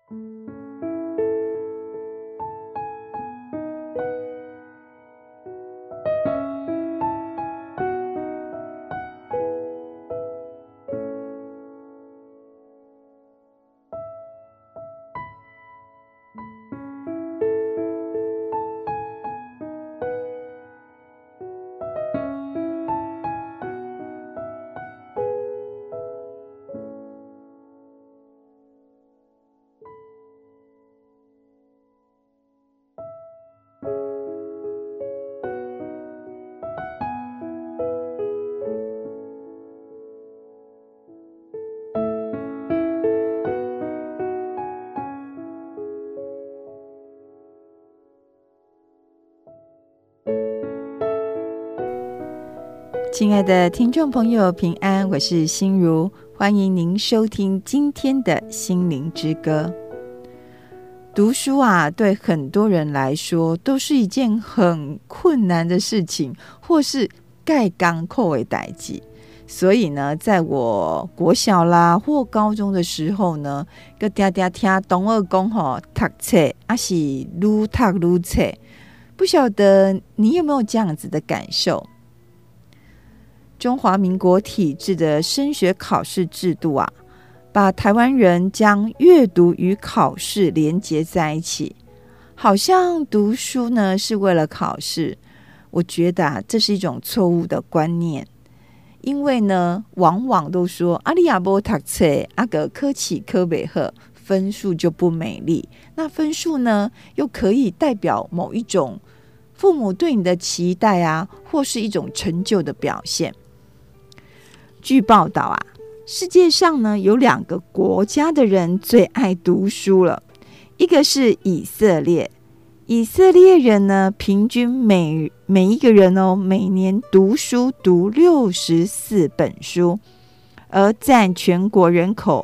亲爱的听众朋友平安，我是心如，欢迎您收听今天的心灵之歌。读书啊，对很多人来说都是一件很困难的事情，或是盖港扣的代志。所以呢，在我国小啦或高中的时候呢，就常常听同学讲读册还是愈读愈册。不晓得你有没有这样子的感受？中华民国体制的升学考试制度啊，把台湾人将阅读与考试连结在一起，好像读书呢是为了考试。我觉得啊，这是一种错误的观念，因为呢，往往都说你也没读册，个考试考不好，分数就不美丽。那分数呢，又可以代表某一种父母对你的期待啊，或是一种成就的表现。据报道啊，世界上呢有2个国家的人最爱读书了，一个是以色列。以色列人呢，平均每一个人每年读书读64本书，而占全国人口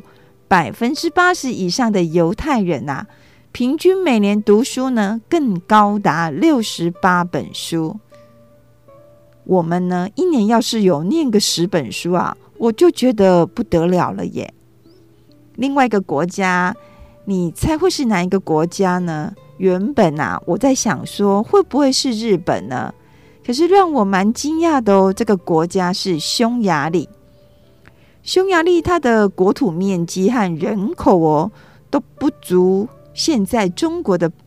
80%以上的犹太人啊，平均每年读书呢更高达68本书。我们呢，一年要是有念个10本书啊，我就觉得不得了了耶。另外一个国家，你猜会是哪一个国家呢？原本啊，我在想说会不会是日本呢？可是让我蛮惊讶的这个国家是匈牙利。匈牙利它的国土面积和人口都不足现在中国的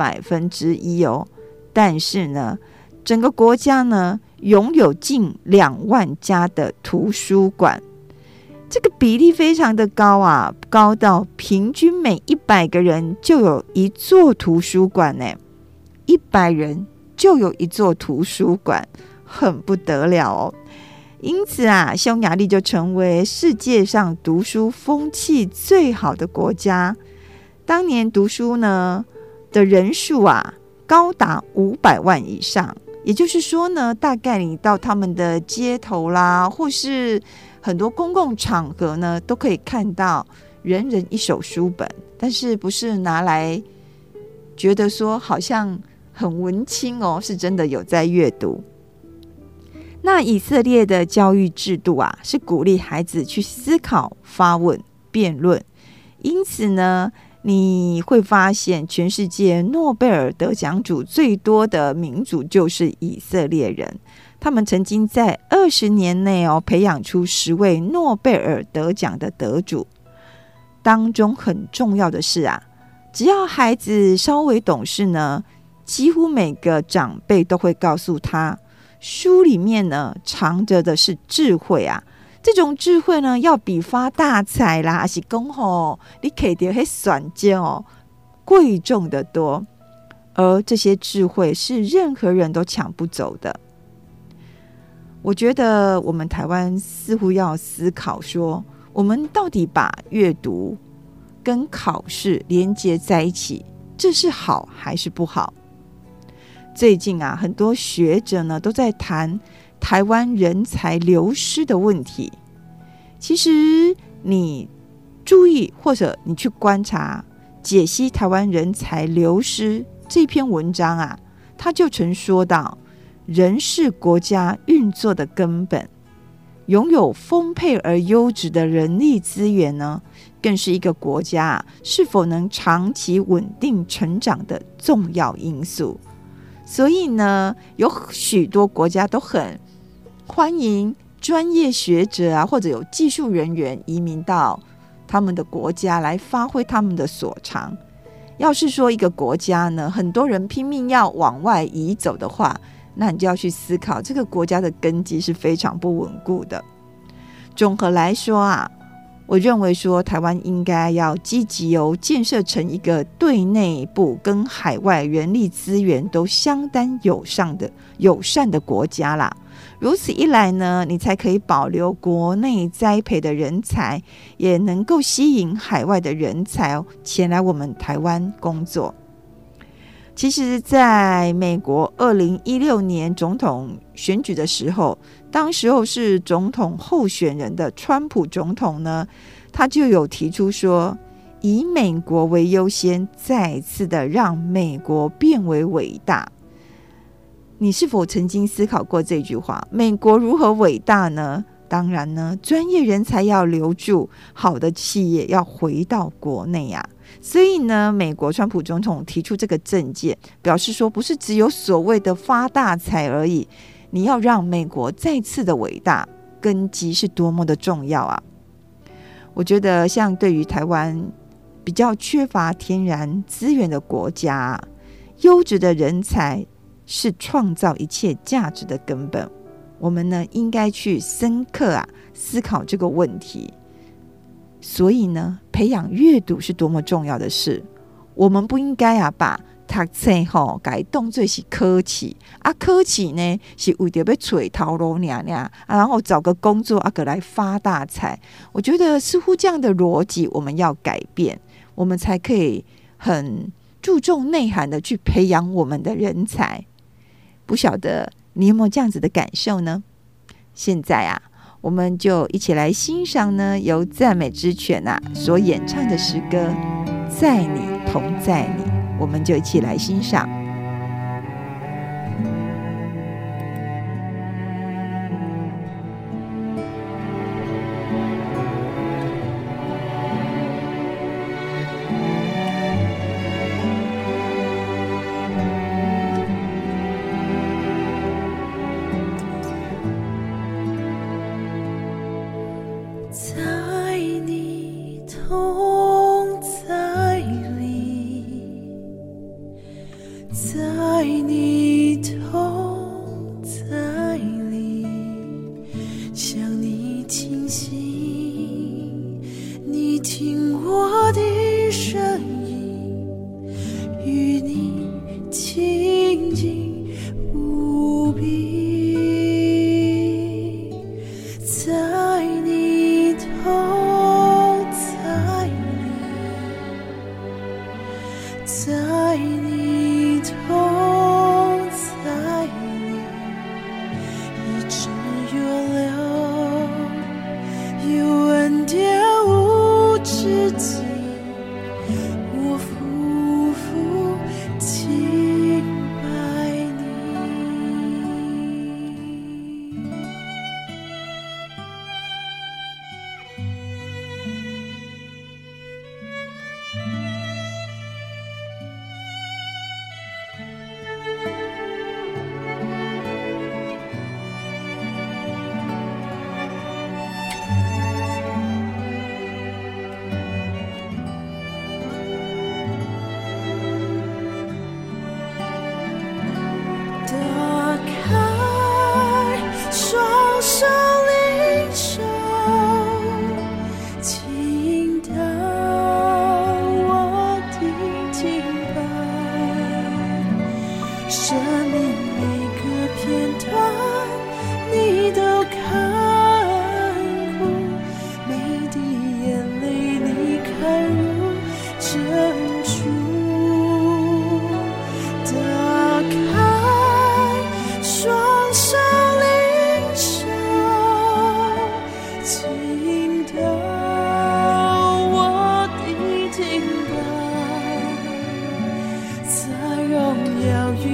1%但是呢，整个国家呢拥有近2万家的图书馆，这个比例非常的高啊，高到平均每100个人就有1座图书馆呢，100人就有1座图书馆，很不得了哦。因此啊，匈牙利就成为世界上读书风气最好的国家。当年读书呢的人数啊，高达500万以上。也就是说呢，大概你到他们的街头啦，或是很多公共场合呢，都可以看到人人一手书本，但是不是拿来觉得说好像很文青是真的有在阅读。那以色列的教育制度啊，是鼓励孩子去思考、发问、辩论，因此呢，你会发现全世界诺贝尔得奖组最多的民族就是以色列人，他们曾经在20年内培养出10位诺贝尔得奖的得主。当中很重要的是啊，只要孩子稍微懂事呢，几乎每个长辈都会告诉他，书里面呢藏着的是智慧啊，这种智慧呢，要比发大财啦，还是讲你摕到那选件贵重的多，而这些智慧是任何人都抢不走的。我觉得我们台湾似乎要思考说，我们到底把阅读跟考试连接在一起，这是好还是不好？最近啊，很多学者呢都在谈台湾人才流失的问题。其实你注意或者你去观察解析台湾人才流失这篇文章啊，他就曾说到，人是国家运作的根本， 拥有丰沛而优质的人力资源呢，更是一个国家是否能长期稳定成长的重要因素。所以呢，有许多国家都很欢迎专业学者或者有技术人员移民到他们的国家来发挥他们的所长。要是说一个国家呢，很多人拼命要往外移走的话，那你就要去思考这个国家的根基是非常不稳固的。综合来说我认为说台湾应该要积极建设成一个对内部跟海外人力资源都相当友善的国家啦。如此一来呢，你才可以保留国内栽培的人才，也能够吸引海外的人才前来我们台湾工作。其实在美国2016年总统选举的时候，当时候是总统候选人的川普总统呢，他就有提出说，以美国为优先，再次的让美国变为伟大。你是否曾经思考过这句话？美国如何伟大呢？当然呢，专业人才要留住，好的企业要回到国内所以呢，美国川普总统提出这个政见，表示说不是只有所谓的发大财而已，你要让美国再次的伟大，根基是多么的重要我觉得像对于台湾比较缺乏天然资源的国家优质的人才是创造一切价值的根本。我们呢，应该去深刻思考这个问题。所以呢，培养阅读是多么重要的事。我们不应该把读册给当作是科技科技呢是为了要找头路然后找个工作来发大财。我觉得似乎这样的逻辑我们要改变，我们才可以很注重内涵的去培养我们的人才。不晓得你有没有这样子的感受呢？现在我们就一起来欣赏呢由赞美之泉所演唱的诗歌《在你同在你》，我们就一起来欣赏。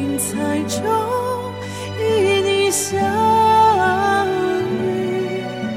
中与你相遇，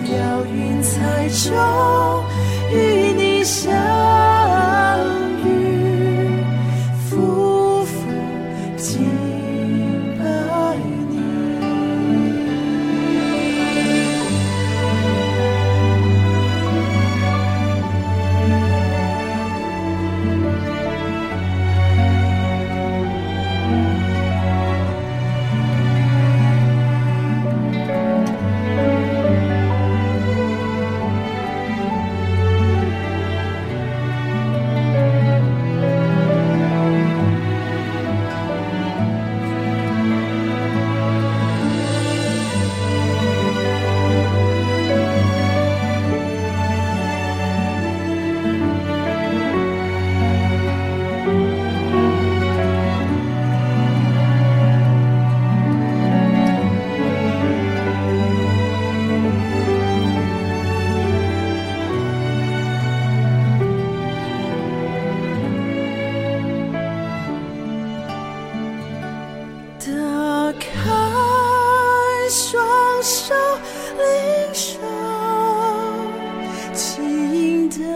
遥云彩中与你相遇，夫妇敬拜你。打开双手，领受，倾倒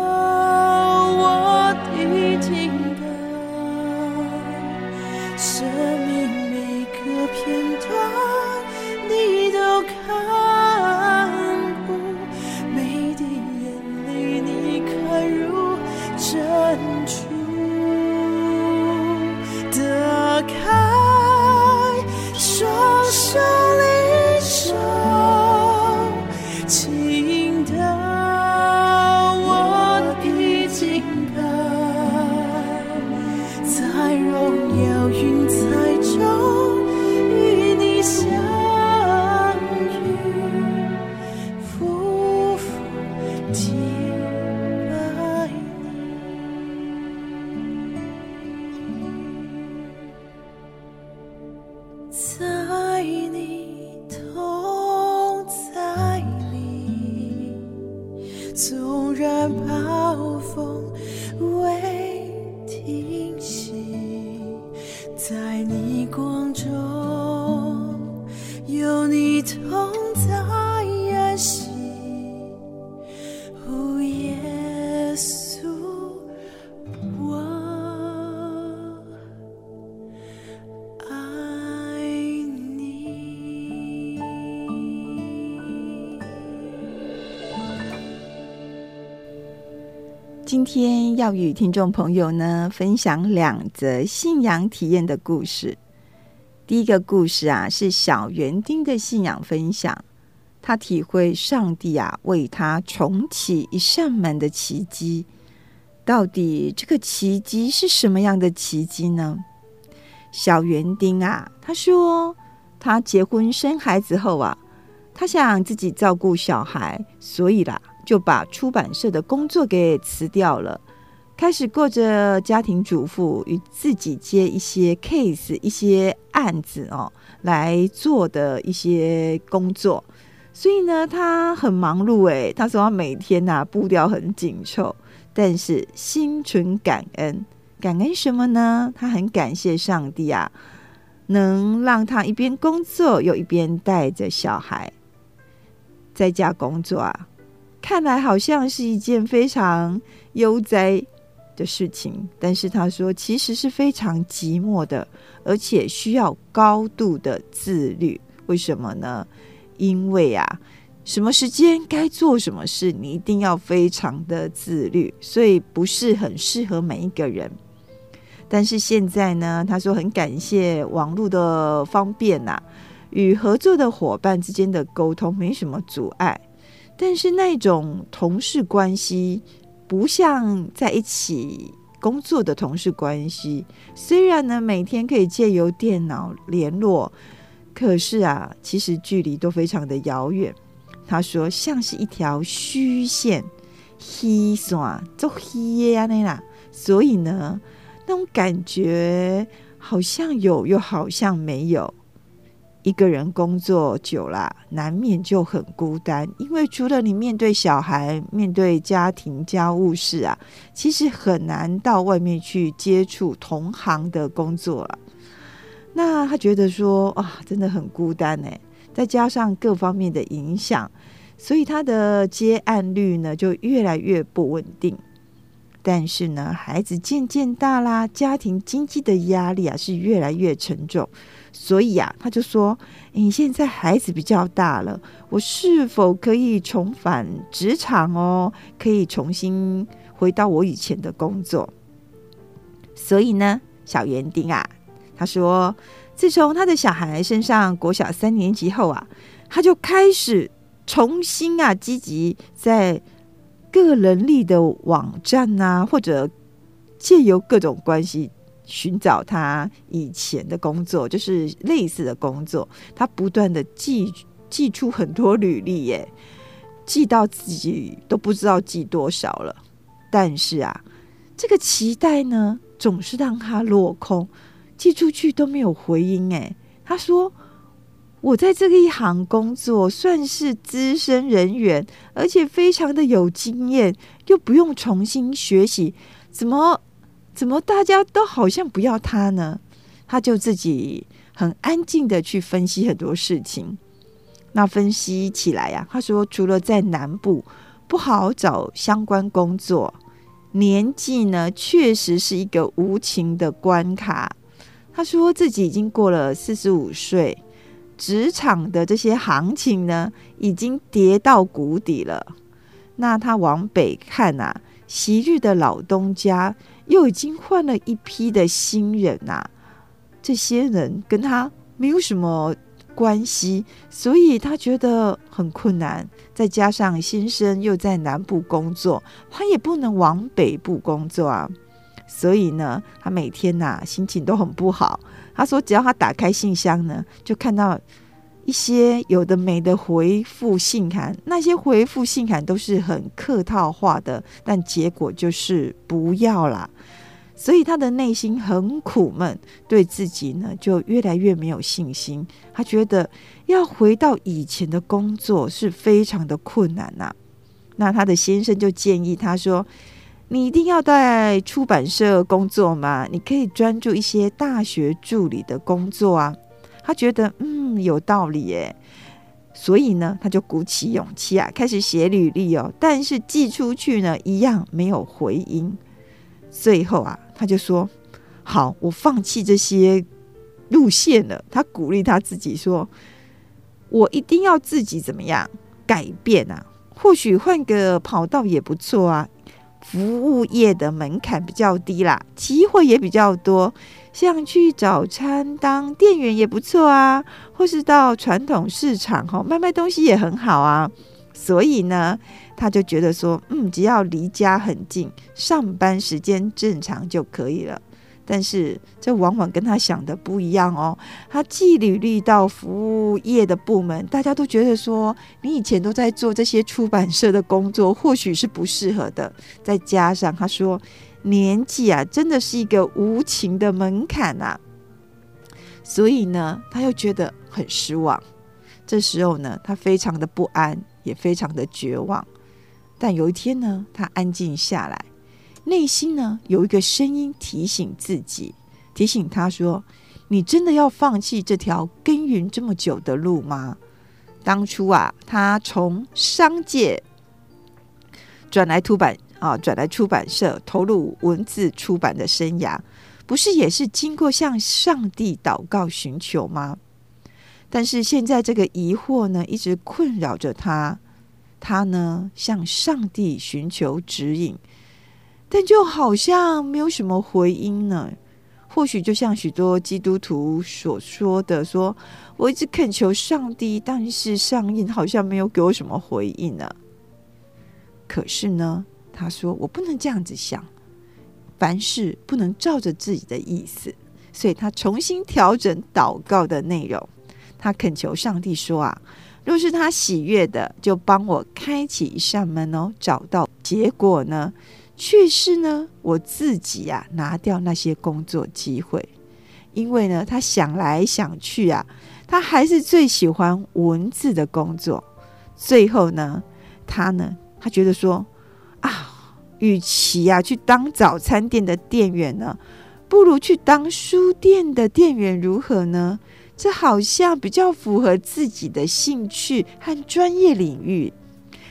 我的敬拜，生命每个片段你都看顾，每滴眼泪你看入珍珠。打开双手领受，倾倒我的敬拜，在荣耀云彩中与你相遇，夫妇敬拜你。在你同在里，纵然暴风未停息，在你光中有你同在安息。哦，耶稣，我爱你。 今天要与听众朋友呢分享2则信仰体验的故事。第一个故事啊，是小园丁的信仰分享。他体会上帝啊为他重启一扇门的奇迹。到底这个奇迹是什么样的奇迹呢？小园丁啊，他说他结婚生孩子后啊，他想自己照顾小孩，所以啦就把出版社的工作给辞掉了，开始过着家庭主妇与自己接一些 case 一些案子来做的一些工作。所以呢他很忙碌耶，他说他每天步调很紧凑，但是心存感恩。感恩什么呢？他很感谢上帝啊，能让他一边工作又一边带着小孩在家工作啊，看来好像是一件非常悠哉的事情，但是他说其实是非常寂寞的，而且需要高度的自律。为什么呢？因为啊，什么时间该做什么事，你一定要非常的自律，所以不是很适合每一个人。但是现在呢，他说很感谢网络的方便与合作的伙伴之间的沟通没什么阻碍，但是那种同事关系不像在一起工作的同事关系，虽然呢每天可以借由电脑联络，可是啊其实距离都非常的遥远。他说像是一条虚线，虚线做虚的那啦，所以呢那种感觉好像有又好像没有。一个人工作久了难免就很孤单，因为除了你面对小孩面对家庭家务事啊，其实很难到外面去接触同行的工作了。那他觉得说真的很孤单耶，再加上各方面的影响， 所以他的接案率呢就越来越不稳定。但是呢，孩子渐渐大啦，家庭经济的压力是越来越沉重，所以他就说，现在孩子比较大了，我是否可以重返职场哦，可以重新回到我以前的工作。所以呢，小园丁他说，自从他的小孩升上国小3年级后他就开始重新积极在各人力的网站或者借由各种关系寻找他以前的工作，就是类似的工作。他不断的寄出很多履历耶，寄到自己都不知道寄多少了。但是这个期待呢，总是让他落空，寄出去都没有回音耶。他说，我在这一行工作算是资深人员，而且非常的有经验，又不用重新学习，怎么大家都好像不要他呢？他就自己很安静的去分析很多事情。那分析起来他说，除了在南部不好找相关工作，年纪呢确实是一个无情的关卡。他说自己已经过了45岁，职场的这些行情呢已经跌到谷底了。那他往北看昔日的老东家又已经换了一批的新人这些人跟他没有什么关系，所以他觉得很困难。再加上先生又在南部工作，他也不能往北部工作所以呢，他每天心情都很不好。他说只要他打开信箱呢，就看到一些有的没的回复信函，那些回复信函都是很客套化的，但结果就是不要啦。所以他的内心很苦闷，对自己呢就越来越没有信心。他觉得要回到以前的工作是非常的困难那他的先生就建议他说，你一定要在出版社工作吗？你可以专注一些大学助理的工作他觉得有道理耶，所以呢他就鼓起勇气开始写履历但是寄出去呢一样没有回音。最后他就说，好，我放弃这些路线了。他鼓励他自己说，我一定要自己怎么样改变或许换个跑道也不错服务业的门槛比较低啦，机会也比较多，像去早餐当店员也不错或是到传统市场卖东西也很好所以呢他就觉得说只要离家很近，上班时间正常就可以了。但是这往往跟他想的不一样他寄履历到服务业的部门，大家都觉得说你以前都在做这些出版社的工作，或许是不适合的。再加上他说年纪真的是一个无情的门槛所以呢他又觉得很失望。这时候呢他非常的不安，也非常的绝望。但有一天呢他安静下来，内心呢有一个声音提醒自己，提醒他说，你真的要放弃这条耕耘这么久的路吗？当初他从商界转来出版社，投入文字出版的生涯，不是也是经过向上帝祷告寻求吗？但是现在这个疑惑呢一直困扰着他呢向上帝寻求指引，但就好像没有什么回音呢。或许就像许多基督徒所说的，说我一直恳求上帝，但是上帝好像没有给我什么回应呢。可是呢他说，我不能这样子想，凡事不能照着自己的意思。所以他重新调整祷告的内容，他恳求上帝说若是他喜悦的，就帮我开启一扇门找到。结果呢却是呢我自己拿掉那些工作机会。因为呢他想来想去他还是最喜欢文字的工作。最后呢他觉得说与其去当早餐店的店员呢，不如去当书店的店员如何呢？这好像比较符合自己的兴趣和专业领域。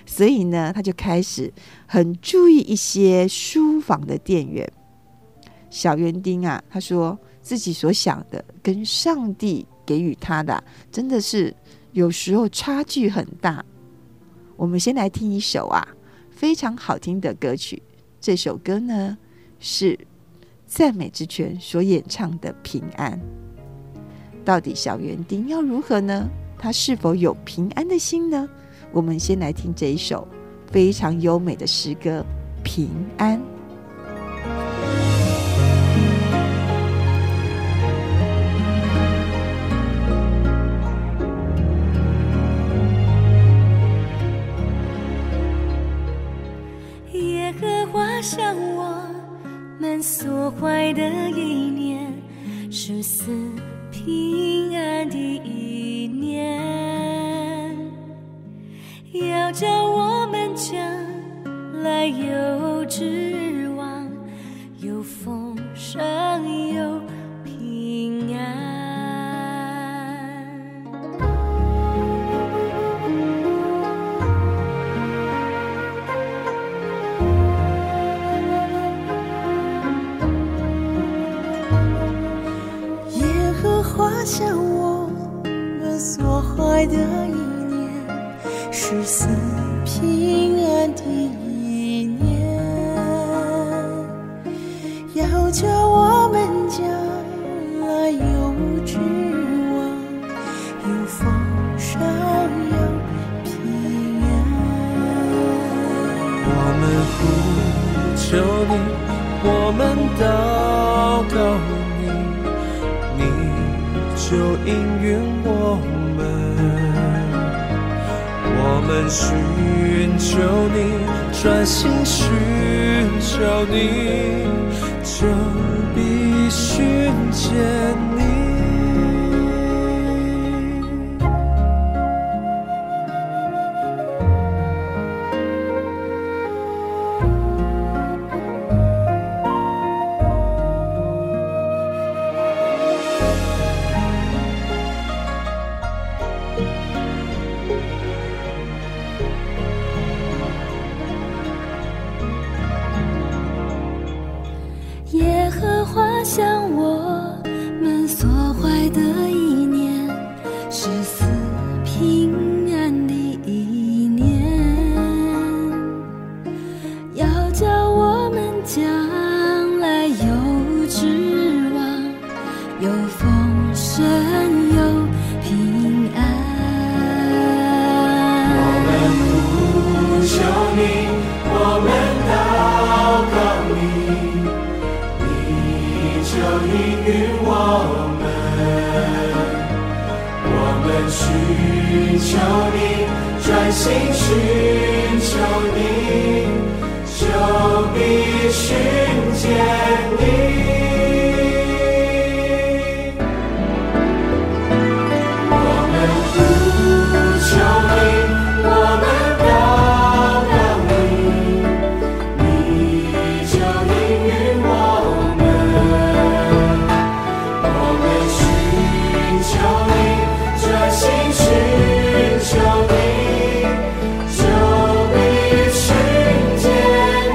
所以呢，他就开始很注意一些书房的店员。小园丁啊，他说自己所想的跟上帝给予他的真的是有时候差距很大。我们先来听一首非常好听的歌曲，这首歌呢是赞美之泉所演唱的《平安》。到底小园丁要如何呢？他是否有平安的心呢？我们先来听这一首非常优美的诗歌《平安》。 耶和华向我们所怀的意念是赐平安的意念，要叫我们将来有指望，有丰盛有平安。耶和华向我们所怀的意念是赐平安的意念，要叫我们将来有指望，有丰盛有平安。 我们呼求你，我们祷告你，你就应允我们。我们寻求你，专心寻求你，就必寻见你。 耶和华向我们所怀的意念是赐平安的意念，要叫我们将来有指望，有丰盛有平安。 我们呼求你，我们祷告你，就应允我们。我们寻求你，专心寻求你，就必寻见你。我们呼求你，我们祷告你，你就应允我们。专心寻求你，就必寻见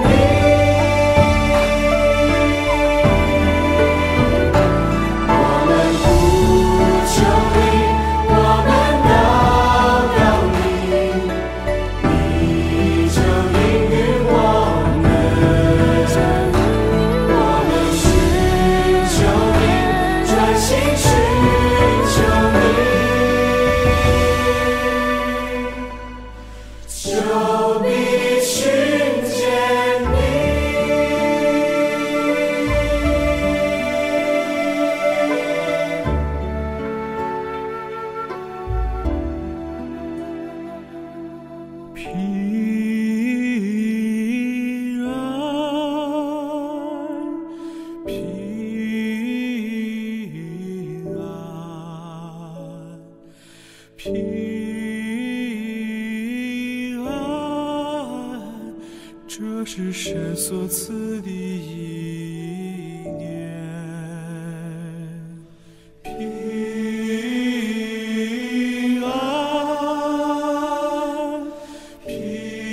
这是神所赐的意念。平安，平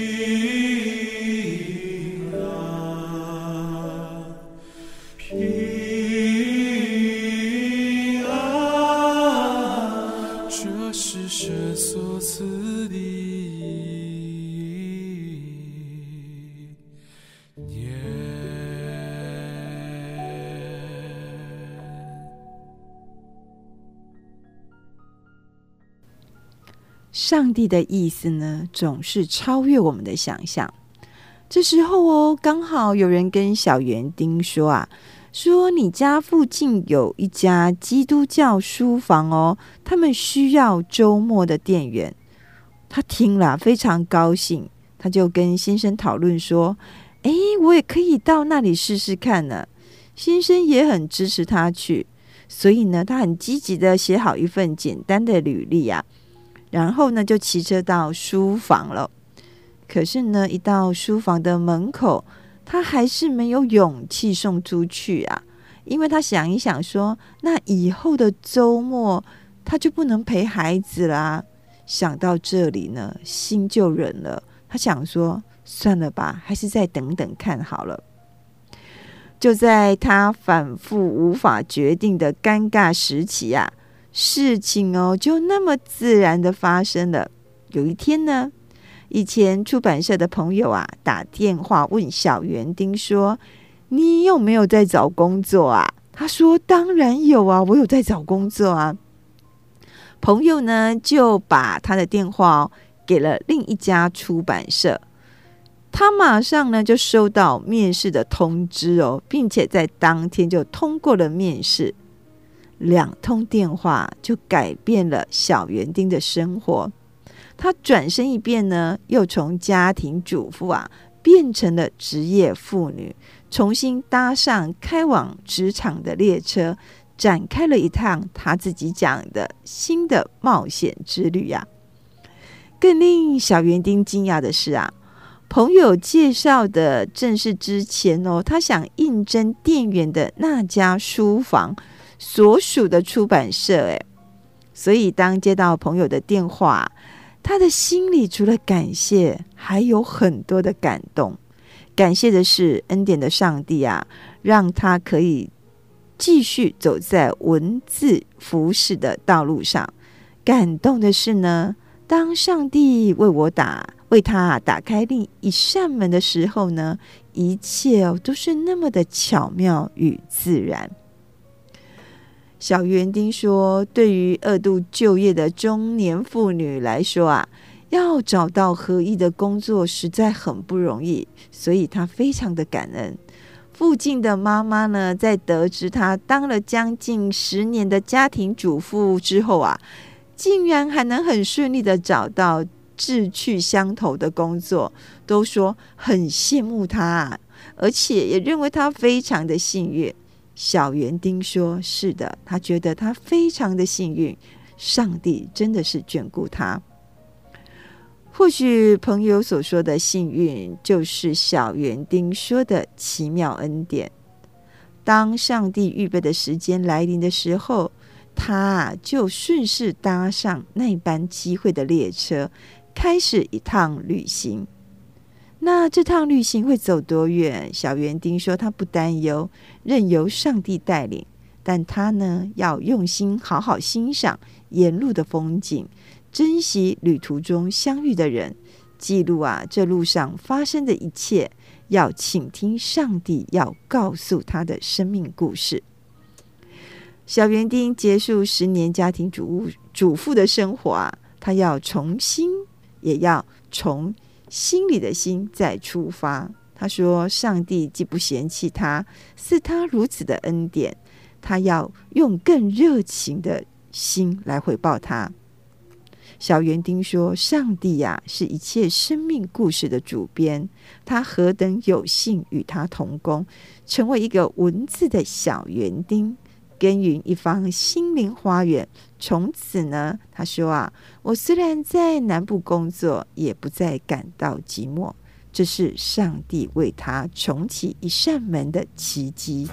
上帝的意思呢，总是超越我们的想象。这时候刚好有人跟小园丁说说你家附近有一家基督教书房他们需要周末的店员。他听了非常高兴，他就跟先生讨论说，我也可以到那里试试看呢。先生也很支持他去，所以呢，他很积极的写好一份简单的履历然后呢就骑车到书房了。可是呢，一到书房的门口，他还是没有勇气送出去因为他想一想说，那以后的周末他就不能陪孩子啦。想到这里呢，心就软了。他想说，算了吧，还是再等等看好了。就在他反复无法决定的尴尬时期事情就那么自然的发生了。有一天呢，以前出版社的朋友打电话问小园丁说，你有没有在找工作他说当然有我有在找工作朋友呢就把他的电话给了另一家出版社。他马上呢就收到面试的通知并且在当天就通过了面试。2通电话就改变了小园丁的生活。他转身一变呢，又从家庭主妇变成了职业妇女，重新搭上开往职场的列车，展开了一趟他自己讲的新的冒险之旅更令小园丁惊讶的是朋友介绍的正是之前他想应征店员的那家书房所属的出版社所以当接到朋友的电话，他的心里除了感谢，还有很多的感动。感谢的是恩典的上帝让他可以继续走在文字服事的道路上。感动的是呢，当上帝为他打开另一扇门的时候呢，一切都是那么的巧妙与自然。小园丁说，对于2度就业的中年妇女来说要找到合意的工作实在很不容易，所以她非常的感恩。附近的妈妈呢，在得知她当了将近10年的家庭主妇之后竟然还能很顺利的找到志趣相投的工作，都说很羡慕她而且也认为她非常的幸运。小园丁说，是的，他觉得他非常的幸运，上帝真的是眷顾他。或许朋友所说的幸运，就是小园丁说的奇妙恩典。当上帝预备的时间来临的时候，他就顺势搭上那班机会的列车，开始一趟旅行。那这趟旅行会走多远？小园丁说他不担忧，任由上帝带领，但他呢要用心好好欣赏沿路的风景，珍惜旅途中相遇的人，记录这路上发生的一切，要倾听上帝要告诉他的生命故事。小园丁结束10年家庭主妇的生活他要重新，也要从心里的心再出发。他说上帝既不嫌弃他，是他如此的恩典，他要用更热情的心来回报他。小园丁说，上帝是一切生命故事的主编，他何等有幸与他同工，成为一个文字的小园丁，耕耘一方心灵花园。从此呢，他说我虽然在南部工作，也不再感到寂寞，这是上帝为他重启一扇门的奇迹。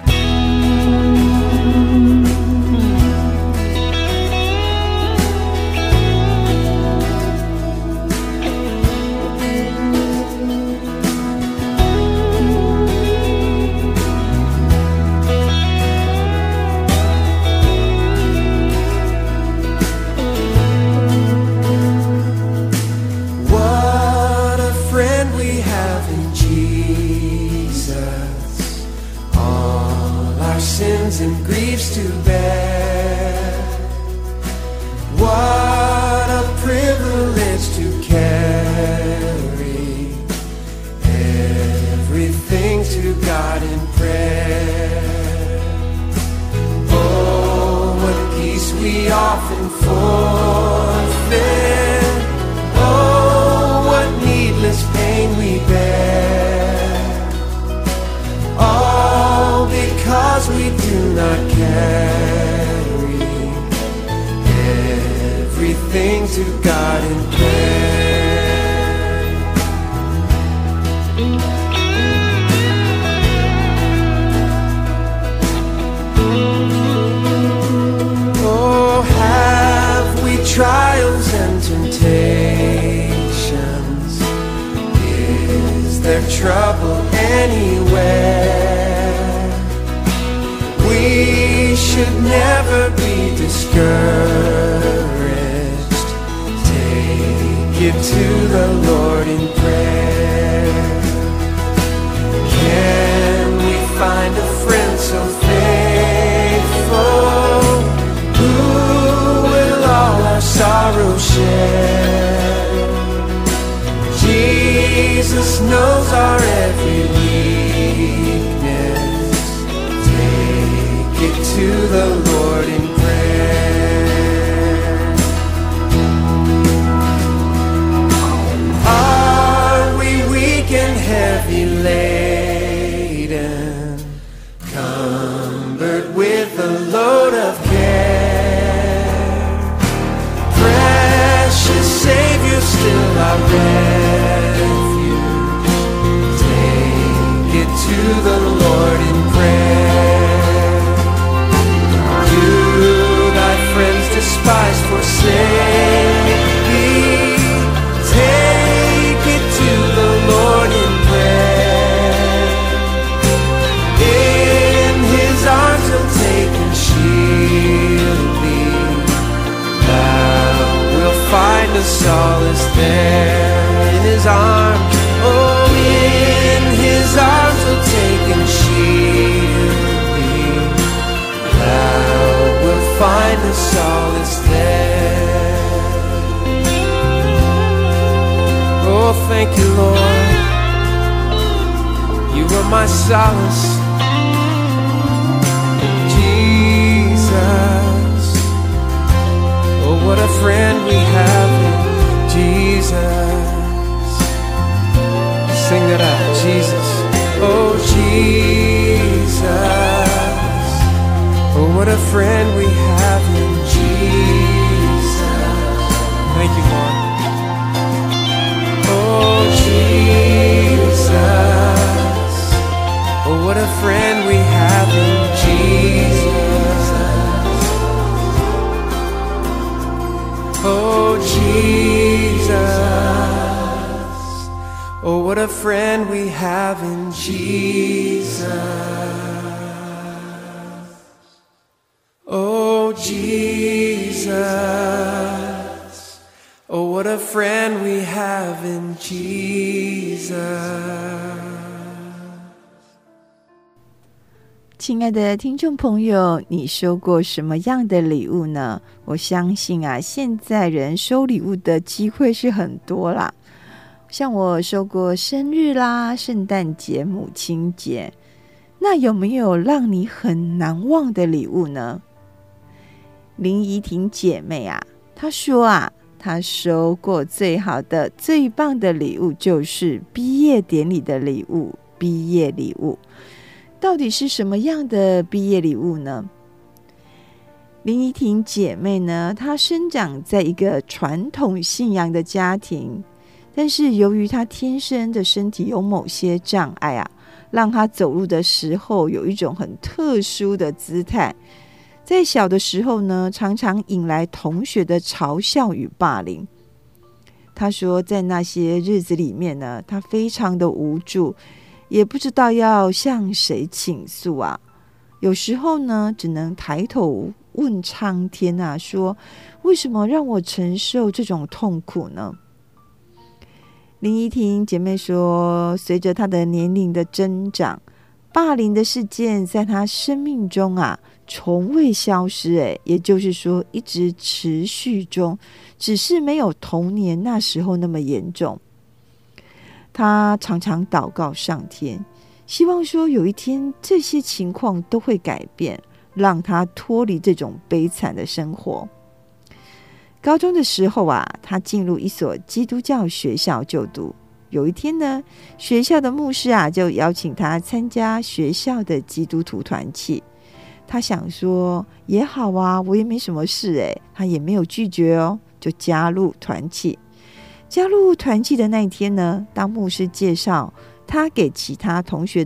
And griefs to bear. What a privilege often forfeit. Oh, what needless pain we bear, all because we do not carry everything to God in prayer. Trials and temptations, is there trouble anywhere? We should never be discouraged. Take it to the Lord in prayer. Can we find a friend so faithful, all our sorrow share? Jesus knows our every weakness. Take it to the Lord in prayer. Are we weak and heavy laden, cumbered with a load of care? Savior, still our refuge. Take it to the Lord in prayer. You, thy friends despise, forsake thee. Take it to the Lord in prayer. In his arms he'll take and shield thee. Find a solace there in his arms. Oh, in his arms he'll take and shield thee. Thou wilt find a solace there. Oh, thank you, Lord. You are my solace, Jesus. Oh, what a friend we have in Jesus. Sing that out, Jesus. Oh, Jesus. Oh, what a friend we have in Jesus. Thank you, Lord. Oh, Jesus. Oh, what a friend we have in Jesus. Oh, Jesus. Oh, what a friend we have in Jesus. Oh, Jesus. Oh, what a friend we have in Jesus. 亲爱的听众朋友，你收过什么样的礼物呢？我相信啊，现在人收礼物的机会是很多啦。像我收过生日啦、圣诞节、母亲节，那有没有让你很难忘的礼物呢？林怡婷姐妹啊，她说啊，她收过最好的、最棒的礼物就是毕业典礼的礼物，毕业礼物。到底是什么样的毕业礼物呢？林怡婷姐妹呢，她生长在一个传统信仰的家庭，但是由于她天生的身体有某些障碍啊，让她走路的时候有一种很特殊的姿态。在小的时候呢，常常引来同学的嘲笑与霸凌。她说，在那些日子里面呢，她非常的无助，也不知道要向谁倾诉啊。有时候呢，只能抬头问苍天啊，说为什么让我承受这种痛苦呢？林怡婷姐妹说，随着她的年龄的增长，霸凌的事件在她生命中啊，从未消失，也就是说一直持续中，只是没有童年那时候那么严重。她常常祷告上天，希望说有一天这些情况都会改变，让她脱离这种悲惨的生活。 高中的时候啊，他进入一所基督教学校就读。有一天呢，学校的牧师啊就邀请他参加学校的基督徒团契。他想说也好啊，我也没什么事诶，他也没有拒绝哦，就加入团契。加入团契的那一天呢，当牧师介绍他给其他同学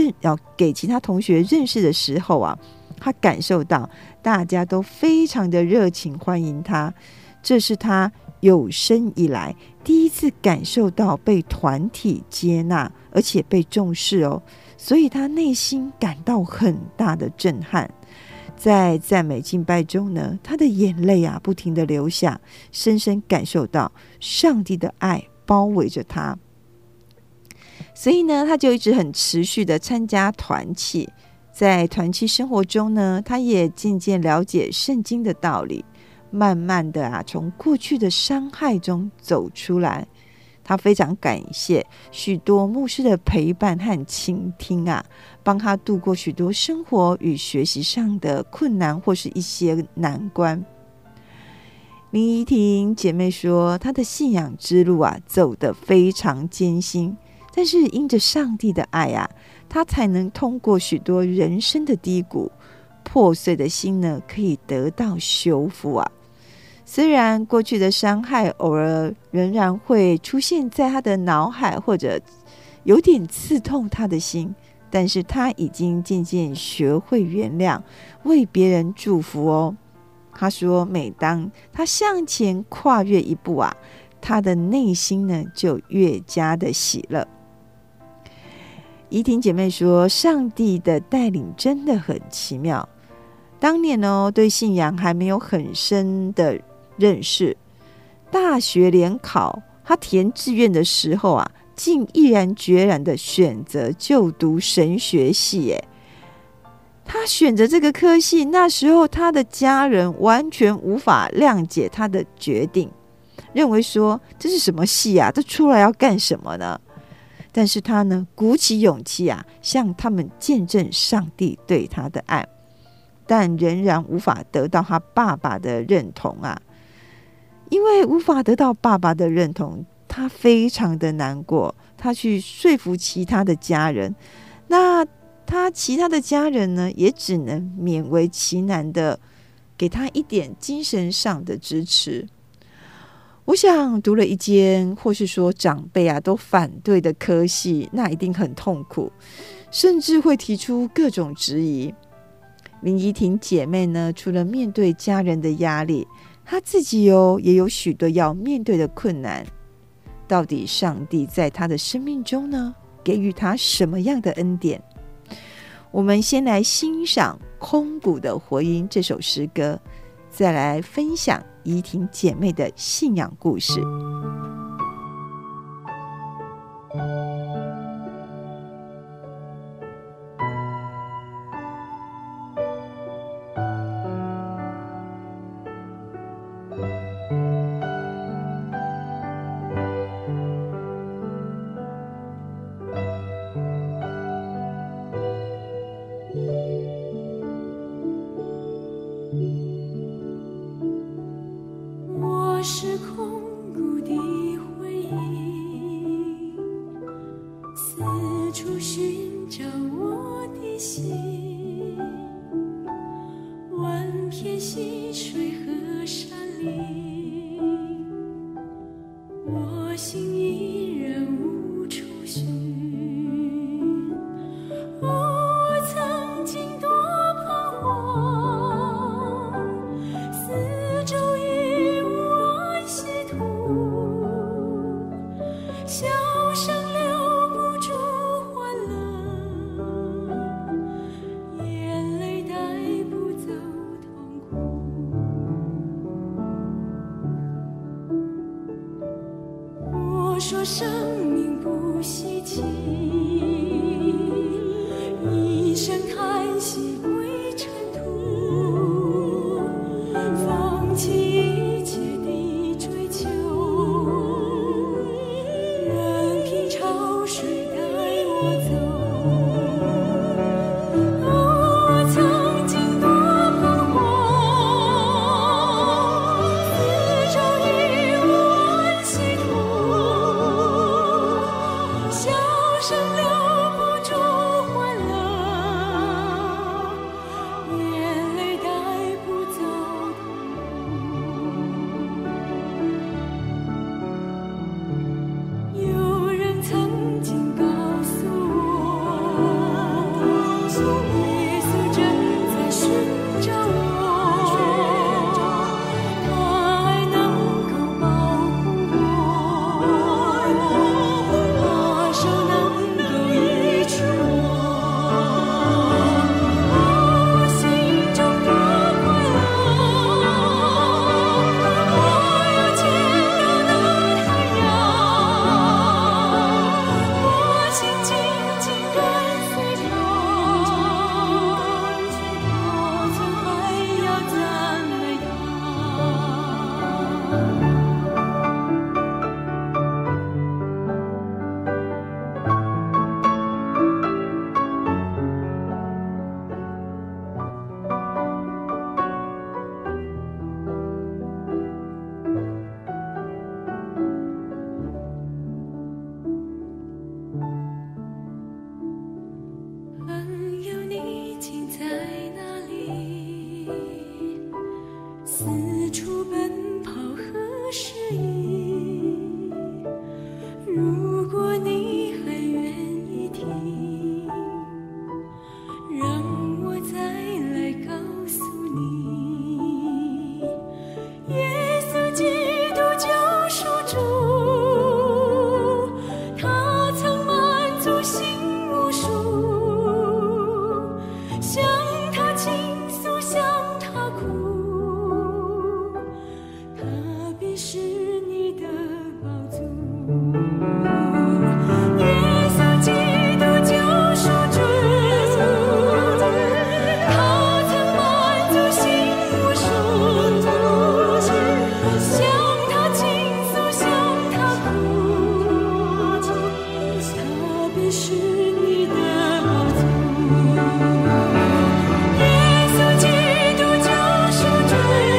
认识的时候啊，他感受到大家都非常的热情欢迎他，这是他有生以来第一次感受到被团体接纳，而且被重视哦，所以他内心感到很大的震撼。在赞美敬拜中呢，他的眼泪啊不停的流下，深深感受到上帝的爱包围着他。所以呢，他就一直很持续的参加团契。在团契生活中呢，他也渐渐了解圣经的道理，慢慢的啊从过去的伤害中走出来。他非常感谢许多牧师的陪伴和倾听啊，帮他度过许多生活与学习上的困难或是一些难关。林怡婷姐妹说，她的信仰之路啊走得非常艰辛，但是因着上帝的爱啊，她才能通过许多人生的低谷，破碎的心呢可以得到修复啊。虽然过去的伤害偶尔仍然会出现在他的脑海，或者有点刺痛他的心，但是他已经渐渐学会原谅，为别人祝福哦。他说每当他向前跨越一步啊，他的内心呢就越加的喜乐。怡婷姐妹说，上帝的带领真的很奇妙。当年对信仰还没有很深的认识，大学联考他填志愿的时候啊，竟毅然决然的选择就读神学系耶。他选择这个科系，那时候他的家人完全无法谅解他的决定，认为说这是什么系啊，这出来要干什么呢？但是他呢，鼓起勇气啊，向他们见证上帝对他的爱，但仍然无法得到他爸爸的认同啊。因为无法得到爸爸的认同，他非常的难过，他去说服其他的家人，那他其他的家人呢，也只能勉为其难的给他一点精神上的支持。我想读了一间或是说长辈啊都反对的科系，那一定很痛苦，甚至会提出各种质疑。林怡婷姐妹呢，除了面对家人的压力，她自己也有许多要面对的困难。到底上帝在她的生命中呢，给予她什么样的恩典？我们先来欣赏空谷的回音这首诗歌，再来分享怡婷姐妹的信仰故事。 是空谷的回音，四处寻找我的心，万片溪水和山林，我心依然无处寻。我曾经多彷徨，四周笑声留不住欢乐，眼泪带不走痛苦。我说生命不稀奇，一声叹息归尘土，放弃一切的追求，潮水带我走。我曾经多彷徨，四必是你的宝座。耶稣基督救赎主，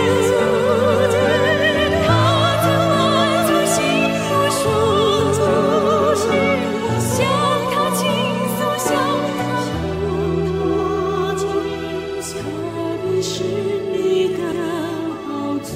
他曾满足幸福树，向他倾诉，向他倾诉，他必是你的宝座。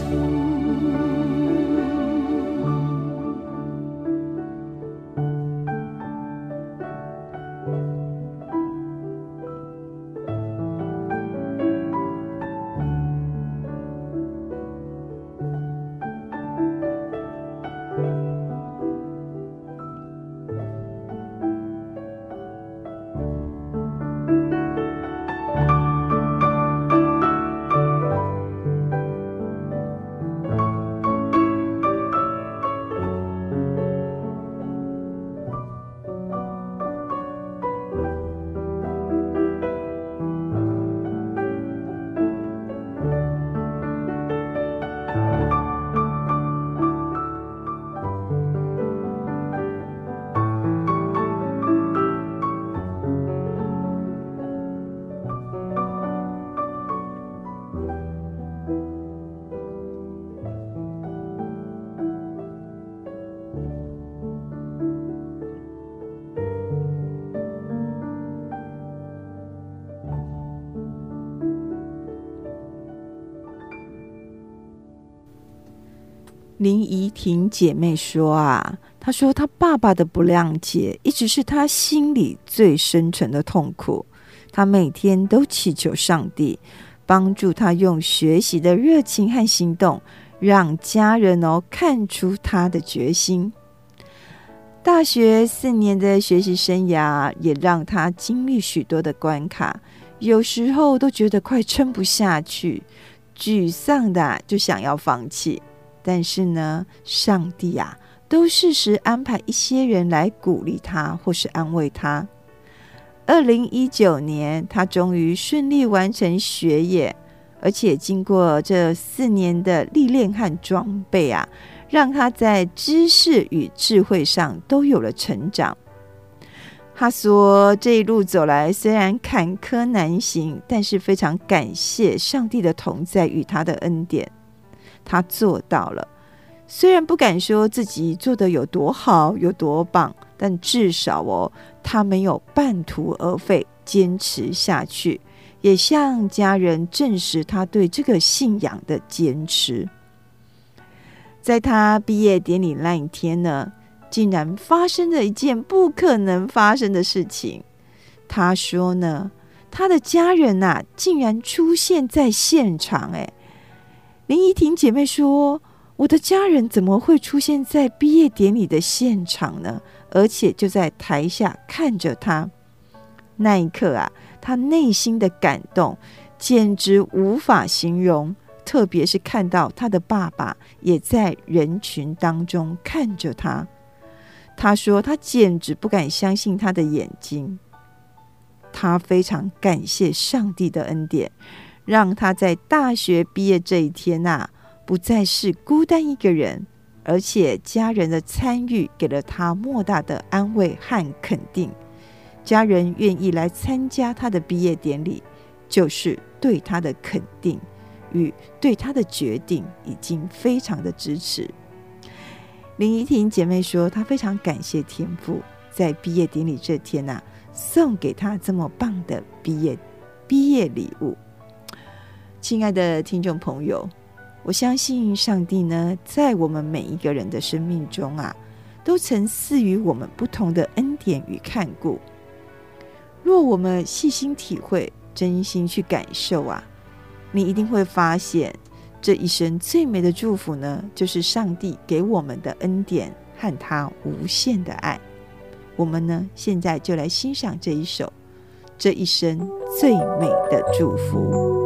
林怡婷姐妹说啊，她说她爸爸的不谅解一直是她心里最深沉的痛苦，她每天都祈求上帝帮助她用学习的热情和行动让家人看出她的决心。大学4年的学习生涯也让她经历许多的关卡，有时候都觉得快撑不下去，沮丧的就想要放弃。但是呢，上帝啊，都适时安排一些人来鼓励他或是安慰他。2019年，他终于顺利完成学业，而且经过这4年的历练和装备啊，让他在知识与智慧上都有了成长。他说，这一路走来虽然坎坷难行，但是非常感谢上帝的同在与他的恩典。他做到了，虽然不敢说自己做得有多好有多棒，但至少他没有半途而废，坚持下去，也向家人证实他对这个信仰的坚持。在他毕业典礼那一天呢，竟然发生了一件不可能发生的事情。他说呢，他的家人啊，竟然出现在现场。林怡婷姐妹说，我的家人怎么会出现在毕业典礼的现场呢？而且就在台下看着他。那一刻啊，他内心的感动简直无法形容，特别是看到他的爸爸也在人群当中看着他。他说他简直不敢相信他的眼睛。他非常感谢上帝的恩典，让他在大学毕业这一天啊，不再是孤单一个人，而且家人的参与给了他莫大的安慰和肯定。家人愿意来参加他的毕业典礼，就是对他的肯定与对他的决定已经非常的支持。林怡婷姐妹说，她非常感谢天父在毕业典礼这天啊，送给她这么棒的毕业礼物。亲爱的听众朋友，我相信上帝呢，在我们每一个人的生命中啊，都曾赐予我们不同的恩典与看顾。若我们细心体会，真心去感受啊，你一定会发现，这一生最美的祝福呢，就是上帝给我们的恩典和他无限的爱。我们呢，现在就来欣赏这一首这一生最美的祝福。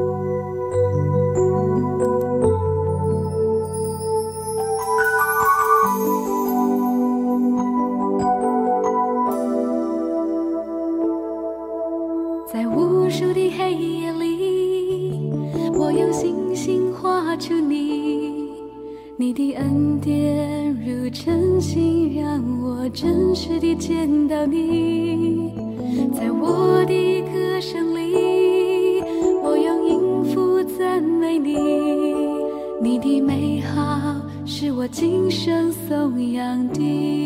在无数的黑夜里，我用星星画出你的恩典如晨星，让我真实地见到你。 在我的歌声里，我用音符赞美你，你的美好是我今生颂扬的。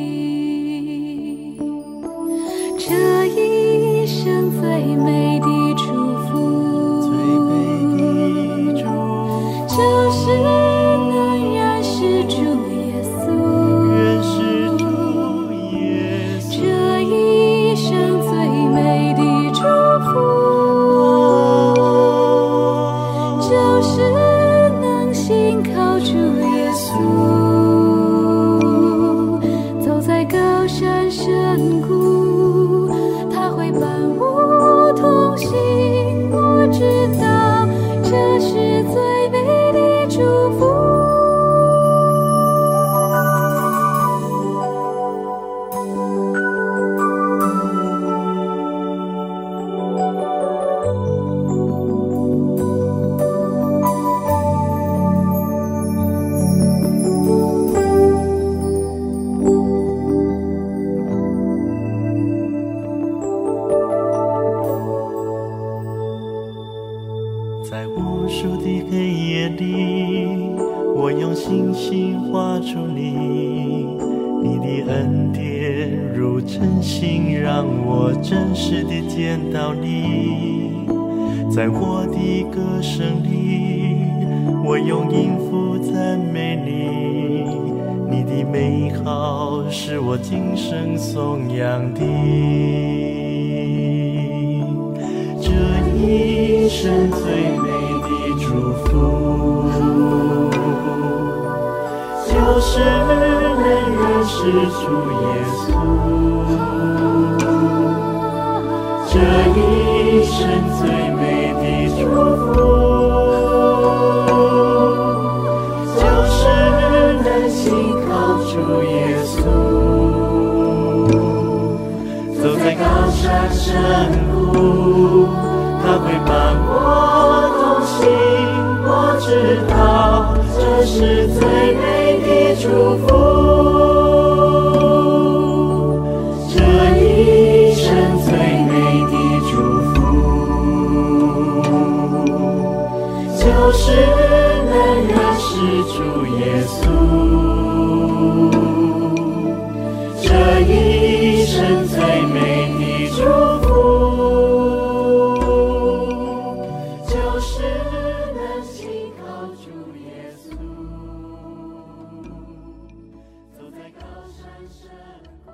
这一生最美的祝福，就是能认识主耶稣。这一生最美的祝福，就是能信靠主耶稣。走在高山深谷，他会伴我同行。我知道这是最美的祝福。 在无数的黑夜里，我用星星画出你，你的恩典如晨星，让我真实地见到你。在我的歌声里，我用音符赞美你，你的美好是我今生颂扬的。这一生最美的祝福，就是能认识主耶稣。这一生最美的祝福，就是能信靠主耶稣。走在高山深谷，他会伴我同行。我知道这是最美的祝福。这一生最美的祝福，就是能认识主耶稣。这一生最美的祝福，就是能信靠主耶稣。走在高山深谷。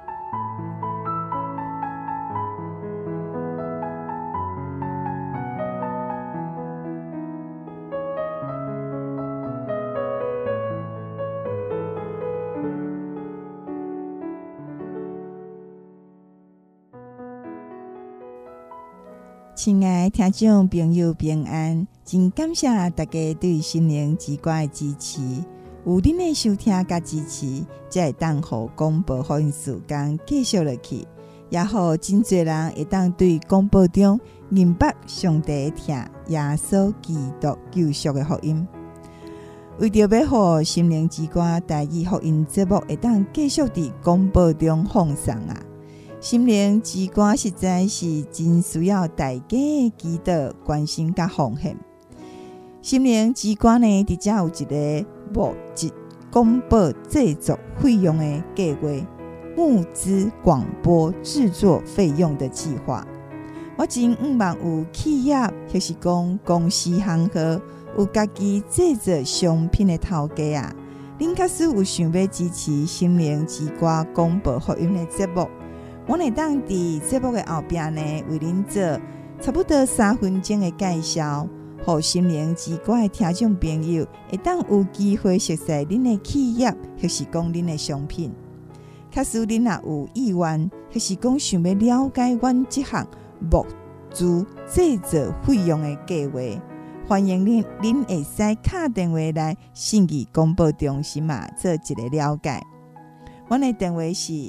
亲爱的听众朋友平安，真感谢大家对心灵之歌的支持。有恁的收听甲支持，才会当互广播福音时间继续落去，也互真侪人会当对广播中明白上帝听耶稣基督救赎的福音。为着要互心灵之歌台语福音节目会当继续伫广播中放送啊！心灵之歌实在是真需要大家的祈祷、关心甲奉献。心灵之歌呢，直接有一个募集广播制作费用的计划，募资广播制作费用的计划。我真希望有企业或是讲公司行号有家己制作商品的头家啊，恁假使有想要支持心灵之歌广播福音的节目，我会当伫节目的后边呢，为恁做差不多3分钟的介绍，互心灵之歌的听众朋友会当有机会熟悉恁的企业或是讲恁的商品。假使恁也有意愿，或是讲想要了解阮这项募资制作费用的计划，欢迎恁会使打电话来信义广播中心嘛，做一个了解。阮的电话是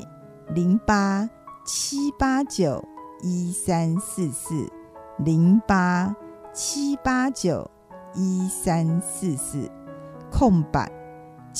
08-789-1344 08-789-1344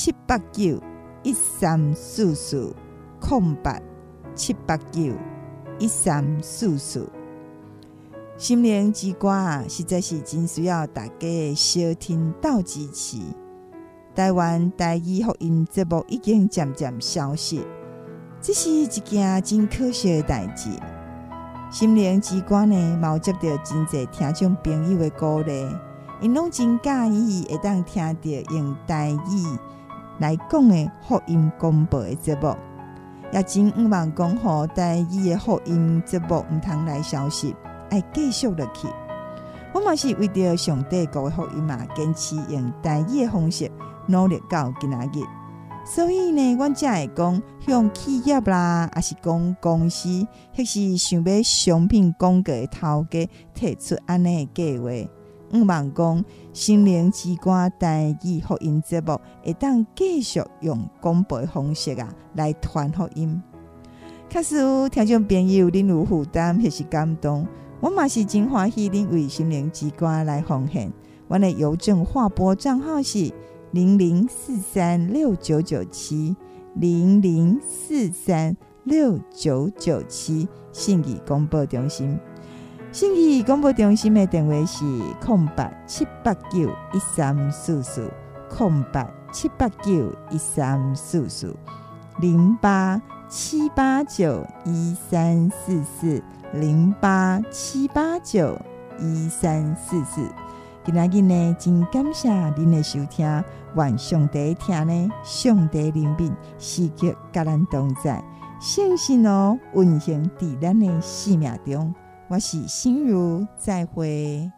08-789-1344 08-789-1344 1344。心灵之歌啊，实在是真需要大家的小听斗支持。台湾台语福音节目已经渐渐消失，这是一件真可惜的代志。心灵之歌呢，嘛有接到真侪听众朋友的鼓励，因拢真介意会当听到用台语来讲的福音广播的节目，也真毋望讲吼台语的福音节目毋通来消失，爱继续落去。我嘛是为着上帝国的福音嘛，坚持用台语的方式努力到今仔日。所以呢，阮才会讲向企业啦，还是讲公司，或是想要商品广告的头家提出安尼的计划，毋望讲心灵之歌台语福音节目会当继续用广播的方式啊来传福音。假使听众朋友恁有负担或是感动，我嘛是真欢喜恁为心灵之歌来奉献。阮的邮政划拨账号是0043699700436997信义广播中心。信义广播中心的电话是0878911344 0878911344 087891344 087891344。今仔日呢，真感谢您的收听，愿上帝听呢，上帝怜悯，时刻甲咱同在，圣心运行伫咱的生命中。我是心如，再会。